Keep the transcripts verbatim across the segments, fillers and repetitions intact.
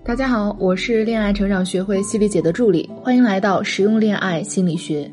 大家好，我是恋爱成长学会犀利姐的助理，欢迎来到实用恋爱心理学。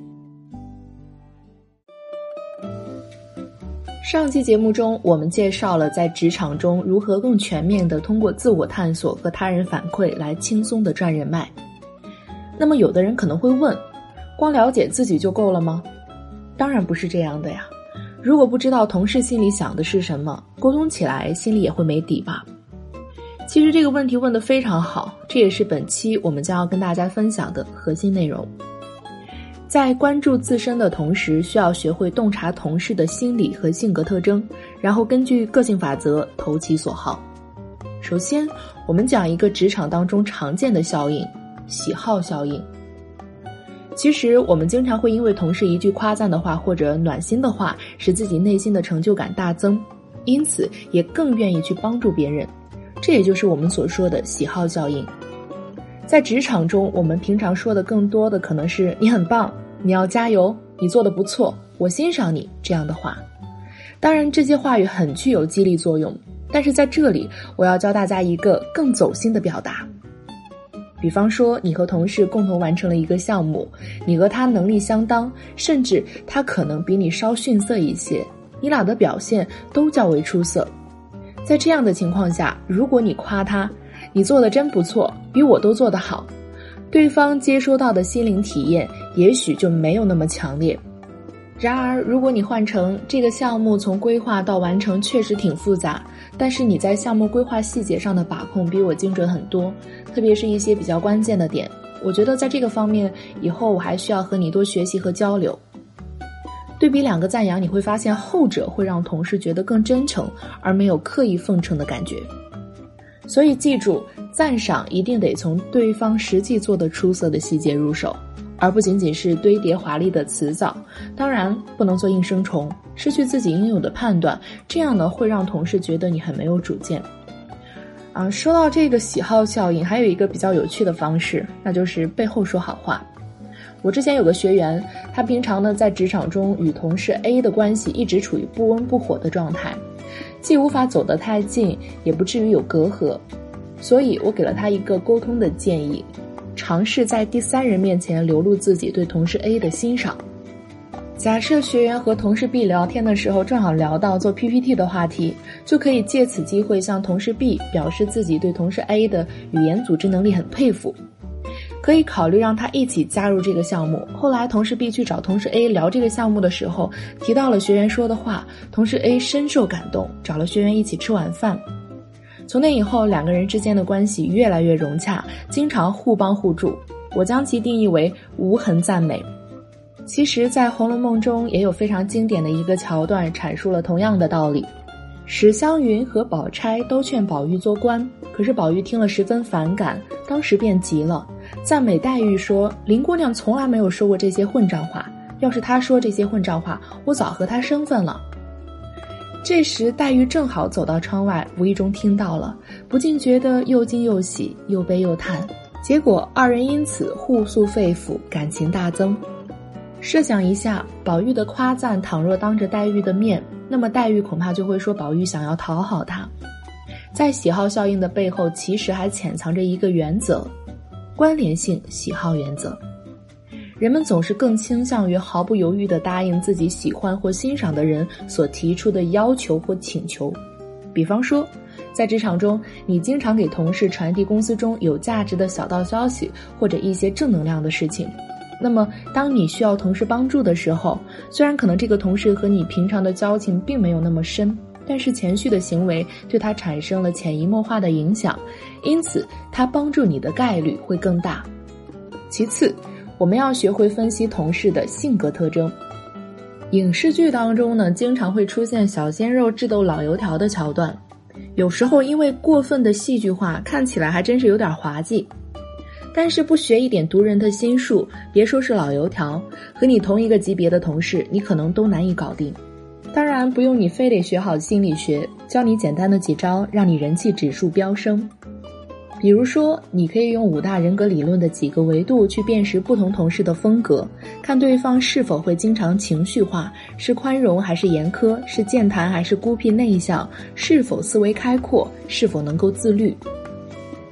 上期节目中，我们介绍了在职场中如何更全面地通过自我探索和他人反馈来轻松地赚人脉。那么有的人可能会问，光了解自己就够了吗？当然不是这样的呀。如果不知道同事心里想的是什么，沟通起来心里也会没底吧。其实这个问题问得非常好，这也是本期我们将要跟大家分享的核心内容。在关注自身的同时，需要学会洞察同事的心理和性格特征，然后根据个性法则投其所好。首先，我们讲一个职场当中常见的效应，喜好效应。其实我们经常会因为同事一句夸赞的话或者暖心的话，使自己内心的成就感大增，因此也更愿意去帮助别人。这也就是我们所说的喜好效应。在职场中，我们平常说的更多的可能是你很棒，你要加油，你做得不错，我欣赏你这样的话。当然这些话语很具有激励作用，但是在这里我要教大家一个更走心的表达。比方说你和同事共同完成了一个项目，你和他能力相当，甚至他可能比你稍逊色一些，你俩的表现都较为出色。在这样的情况下，如果你夸他，你做得真不错，比我都做得好，对方接收到的心灵体验也许就没有那么强烈。然而如果你换成这个项目从规划到完成确实挺复杂，但是你在项目规划细节上的把控比我精准很多，特别是一些比较关键的点，我觉得在这个方面以后我还需要和你多学习和交流。对比两个赞扬，你会发现后者会让同事觉得更真诚，而没有刻意奉承的感觉。所以记住，赞赏一定得从对方实际做得出色的细节入手，而不仅仅是堆叠华丽的辞藻。当然不能做应声虫，失去自己应有的判断，这样呢会让同事觉得你很没有主见。啊，说到这个喜好效应，还有一个比较有趣的方式，那就是背后说好话。我之前有个学员，他平常呢在职场中与同事 A 的关系一直处于不温不火的状态，既无法走得太近，也不至于有隔阂。所以我给了他一个沟通的建议，尝试在第三人面前流露自己对同事 A 的欣赏。假设学员和同事 B 聊天的时候正好聊到做 P P T 的话题，就可以借此机会向同事 B 表示自己对同事 A 的语言组织能力很佩服，可以考虑让他一起加入这个项目。后来同事 B 去找同事 A 聊这个项目的时候，提到了学员说的话，同事 A 深受感动，找了学员一起吃晚饭。从那以后，两个人之间的关系越来越融洽，经常互帮互助，我将其定义为无痕赞美。其实在《红楼梦》中也有非常经典的一个桥段阐述了同样的道理。史湘云和宝钗都劝宝玉做官，可是宝玉听了十分反感，当时便急了，赞美黛玉说，林姑娘从来没有说过这些混账话，要是她说这些混账话，我早和她生分了。这时黛玉正好走到窗外，无意中听到了，不禁觉得又惊又喜，又悲又叹，结果二人因此互诉肺腑，感情大增。设想一下，宝玉的夸赞倘若当着黛玉的面，那么黛玉恐怕就会说宝玉想要讨好她。在喜好效应的背后，其实还潜藏着一个原则，关联性喜好原则。人们总是更倾向于毫不犹豫地答应自己喜欢或欣赏的人所提出的要求或请求。比方说，在职场中，你经常给同事传递公司中有价值的小道消息，或者一些正能量的事情。那么当你需要同事帮助的时候，虽然可能这个同事和你平常的交情并没有那么深，但是前续的行为对他产生了潜移默化的影响，因此他帮助你的概率会更大。其次，我们要学会分析同事的性格特征。影视剧当中呢，经常会出现小鲜肉智斗老油条的桥段，有时候因为过分的戏剧化，看起来还真是有点滑稽。但是不学一点读人的心术，别说是老油条，和你同一个级别的同事，你可能都难以搞定。当然不用你非得学好心理学，教你简单的几招，让你人气指数飙升。比如说，你可以用五大人格理论的几个维度去辨识不同同事的风格，看对方是否会经常情绪化，是宽容还是严苛，是健谈还是孤僻内向，是否思维开阔，是否能够自律。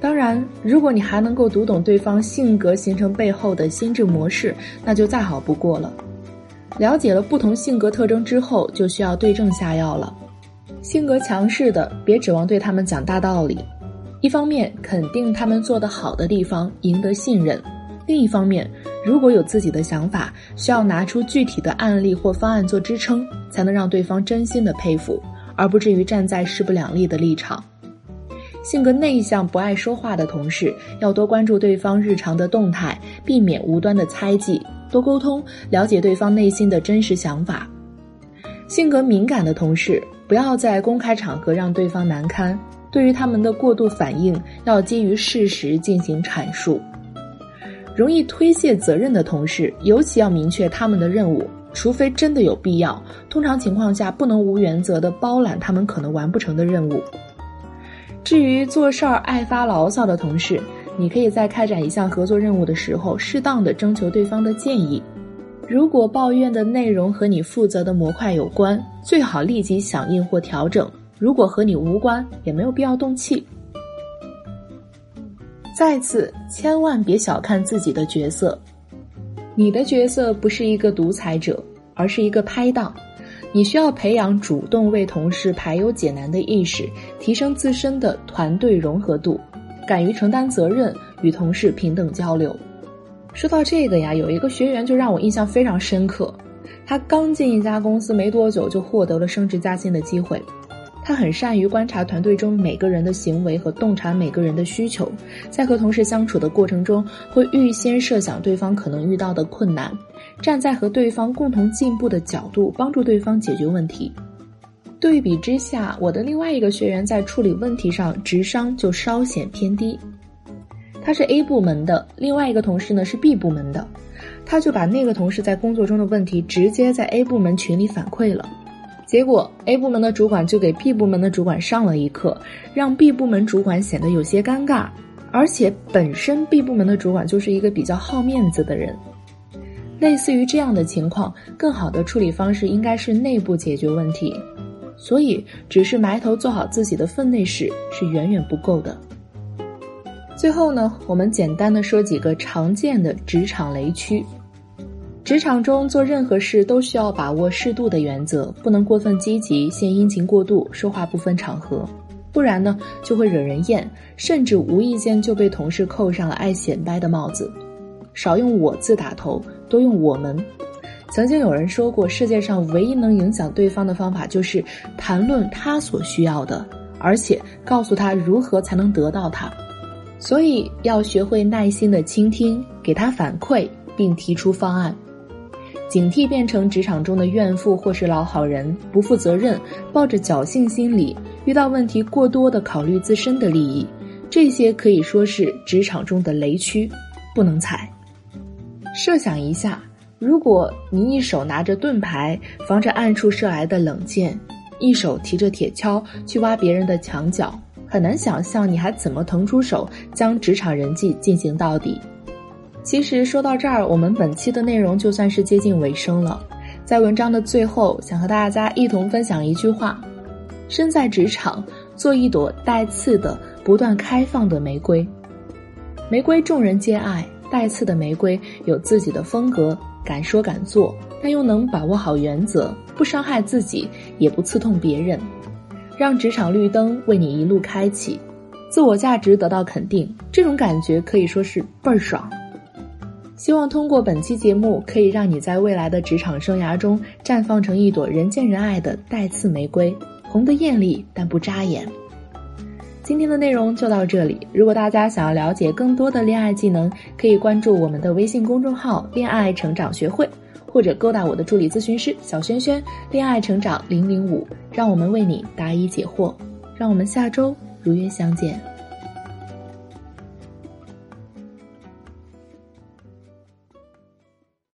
当然，如果你还能够读懂对方性格形成背后的心智模式，那就再好不过了。了解了不同性格特征之后，就需要对症下药了。性格强势的，别指望对他们讲大道理。一方面肯定他们做得好的地方，赢得信任；另一方面，如果有自己的想法，需要拿出具体的案例或方案做支撑，才能让对方真心的佩服，而不至于站在势不两立的立场。性格内向不爱说话的同事，要多关注对方日常的动态，避免无端的猜忌，多沟通，了解对方内心的真实想法。性格敏感的同事，不要在公开场合让对方难堪，对于他们的过度反应，要基于事实进行阐述。容易推卸责任的同事，尤其要明确他们的任务，除非真的有必要，通常情况下不能无原则地包揽他们可能完不成的任务。至于做事儿爱发牢骚的同事，你可以在开展一项合作任务的时候，适当地征求对方的建议。如果抱怨的内容和你负责的模块有关，最好立即响应或调整；如果和你无关，也没有必要动气。再次，千万别小看自己的角色。你的角色不是一个独裁者，而是一个拍档。你需要培养主动为同事排忧解难的意识，提升自身的团队融合度，敢于承担责任，与同事平等交流。说到这个呀，有一个学员就让我印象非常深刻。他刚进一家公司没多久，就获得了升职加薪的机会。他很善于观察团队中每个人的行为和洞察每个人的需求，在和同事相处的过程中，会预先设想对方可能遇到的困难，站在和对方共同进步的角度，帮助对方解决问题。对比之下，我的另外一个学员在处理问题上智商就稍显偏低。他是 A 部门的，另外一个同事呢是 B 部门的，他就把那个同事在工作中的问题直接在 A 部门群里反馈了。结果 A 部门的主管就给 B 部门的主管上了一课，让 B 部门主管显得有些尴尬，而且本身 B 部门的主管就是一个比较好面子的人。类似于这样的情况，更好的处理方式应该是内部解决问题，所以只是埋头做好自己的分内事是远远不够的。最后呢，我们简单的说几个常见的职场雷区。职场中做任何事都需要把握适度的原则，不能过分积极，献殷勤过度，说话不分场合，不然呢就会惹人厌，甚至无意间就被同事扣上了爱显摆的帽子。少用我字打头，多用我们。曾经有人说过，世界上唯一能影响对方的方法就是谈论他所需要的，而且告诉他如何才能得到它。所以要学会耐心的倾听，给他反馈，并提出方案。警惕变成职场中的怨妇或是老好人，不负责任，抱着侥幸心理，遇到问题过多的考虑自身的利益，这些可以说是职场中的雷区，不能踩。设想一下，如果你一手拿着盾牌防着暗处射来的冷箭，一手提着铁锹去挖别人的墙角，很难想象你还怎么腾出手将职场人际进行到底。其实说到这儿，我们本期的内容就算是接近尾声了。在文章的最后，想和大家一同分享一句话：身在职场，做一朵带刺的不断开放的玫瑰。玫瑰众人皆爱，带刺的玫瑰有自己的风格，敢说敢做，但又能把握好原则，不伤害自己，也不刺痛别人，让职场绿灯为你一路开启，自我价值得到肯定，这种感觉可以说是倍儿爽。希望通过本期节目，可以让你在未来的职场生涯中绽放成一朵人见人爱的带刺玫瑰，红得艳丽但不扎眼。今天的内容就到这里，如果大家想要了解更多的恋爱技能，可以关注我们的微信公众号恋爱成长学会，或者勾搭我的助理咨询师小轩轩恋爱成长零零五，让我们为你答疑解惑。让我们下周如约相见。